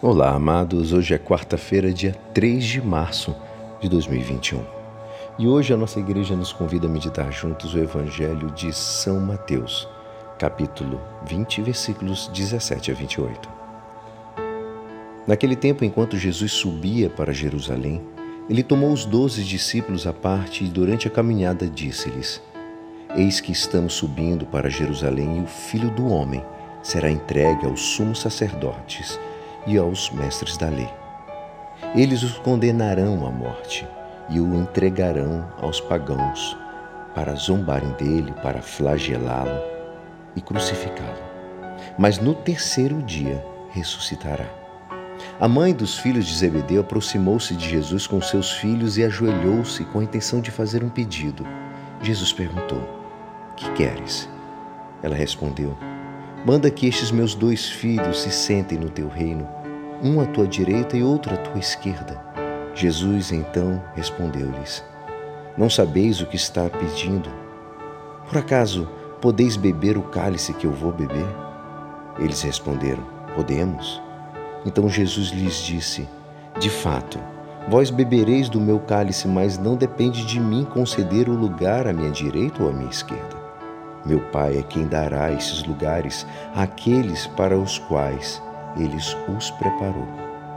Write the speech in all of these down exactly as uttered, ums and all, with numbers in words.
Olá, amados. Hoje é quarta-feira, dia três de março de dois mil e vinte e um. E hoje a nossa igreja nos convida a meditar juntos o Evangelho de São Mateus, capítulo vinte, versículos dezessete a vinte e oito. Naquele tempo, enquanto Jesus subia para Jerusalém, ele tomou os doze discípulos à parte e durante a caminhada disse-lhes: Eis que estamos subindo para Jerusalém e o Filho do Homem será entregue aos sumos sacerdotes e aos mestres da lei. Eles os condenarão à morte e o entregarão aos pagãos para zombarem dele, para flagelá-lo e crucificá-lo. Mas no terceiro dia ressuscitará. A mãe dos filhos de Zebedeu aproximou-se de Jesus com seus filhos e ajoelhou-se com a intenção de fazer um pedido. Jesus perguntou: Que queres? Ela respondeu: Manda que estes meus dois filhos se sentem no teu reino, um à tua direita e outro à tua esquerda. Jesus então respondeu-lhes: Não sabeis o que está pedindo? Por acaso podeis beber o cálice que eu vou beber? Eles responderam: Podemos. Então Jesus lhes disse: De fato, vós bebereis do meu cálice, mas não depende de mim conceder o lugar à minha direita ou à minha esquerda. Meu Pai é quem dará esses lugares àqueles para os quais Ele os preparou.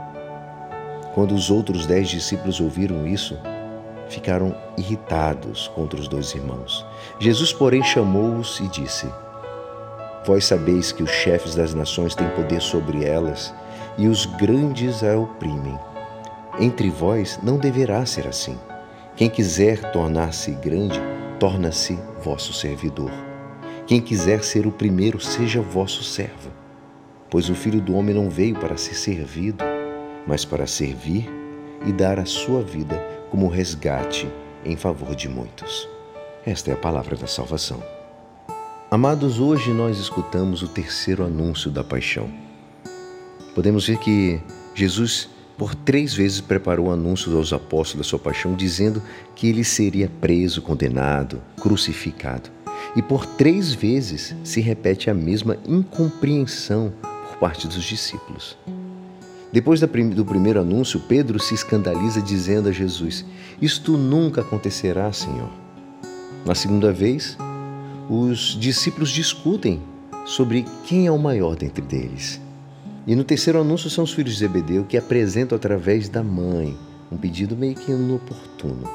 Quando os outros dez discípulos ouviram isso, ficaram irritados contra os dois irmãos. Jesus, porém, chamou-os e disse: Vós sabeis que os chefes das nações têm poder sobre elas e os grandes a oprimem. Entre vós não deverá ser assim. Quem quiser tornar-se grande, torna-se vosso servidor. Quem quiser ser o primeiro, seja vosso servo. Pois o Filho do Homem não veio para ser servido, mas para servir e dar a sua vida como resgate em favor de muitos. Esta é a palavra da salvação. Amados, hoje nós escutamos o terceiro anúncio da paixão. Podemos ver que Jesus por três vezes preparou anúncios aos apóstolos da sua paixão, dizendo que ele seria preso, condenado, crucificado. E por três vezes se repete a mesma incompreensão por parte dos discípulos. Depois do primeiro anúncio, Pedro se escandaliza dizendo a Jesus: Isto nunca acontecerá, Senhor. Na segunda vez, os discípulos discutem sobre quem é o maior dentre eles. E no terceiro anúncio são os filhos de Zebedeu que apresentam através da mãe um pedido meio que inoportuno.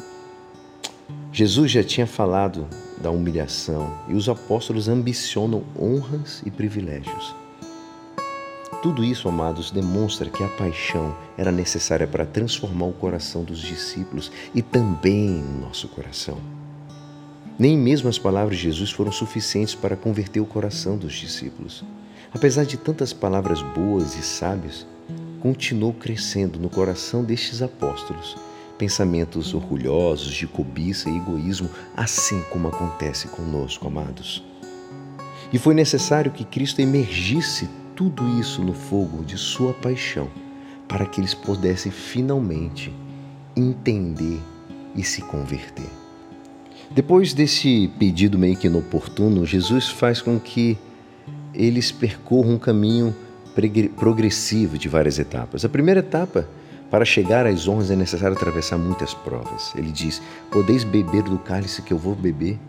Jesus já tinha falado da humilhação e os apóstolos ambicionam honras e privilégios. Tudo isso, amados, demonstra que a paixão era necessária para transformar o coração dos discípulos e também o nosso coração. Nem mesmo as palavras de Jesus foram suficientes para converter o coração dos discípulos. Apesar de tantas palavras boas e sábias, continuou crescendo no coração destes apóstolos pensamentos orgulhosos, de cobiça e egoísmo, assim como acontece conosco, amados. E foi necessário que Cristo emergisse tudo isso no fogo de sua paixão, para que eles pudessem finalmente entender e se converter. Depois desse pedido meio que inoportuno, Jesus faz com que eles percorram um caminho progressivo de várias etapas. A primeira etapa, para chegar às honras, é necessário atravessar muitas provas. Ele diz: Podeis beber do cálice que eu vou beber?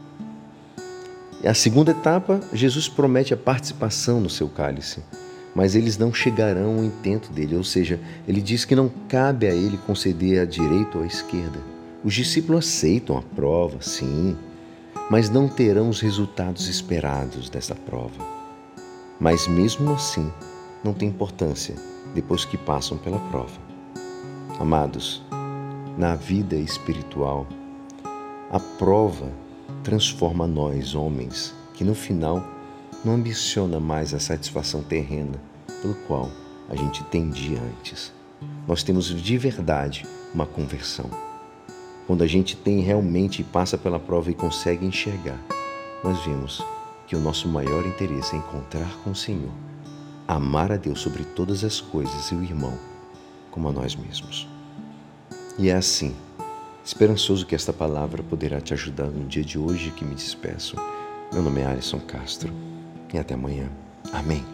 E a segunda etapa, Jesus promete a participação no seu cálice, mas eles não chegarão ao intento dele, ou seja, ele diz que não cabe a ele conceder a direita ou a esquerda. Os discípulos aceitam a prova, sim, mas não terão os resultados esperados dessa prova. Mas mesmo assim, não tem importância depois que passam pela prova. Amados, na vida espiritual, a prova transforma nós, homens, que no final não ambiciona mais a satisfação terrena pelo qual a gente tendia antes. Nós temos de verdade uma conversão. Quando a gente tem realmente e passa pela prova e consegue enxergar, nós vemos que o nosso maior interesse é encontrar com o Senhor, amar a Deus sobre todas as coisas e o irmão como a nós mesmos. E é assim, esperançoso que esta palavra poderá te ajudar no dia de hoje que me despeço. Meu nome é Alisson Castro e até amanhã. Amém.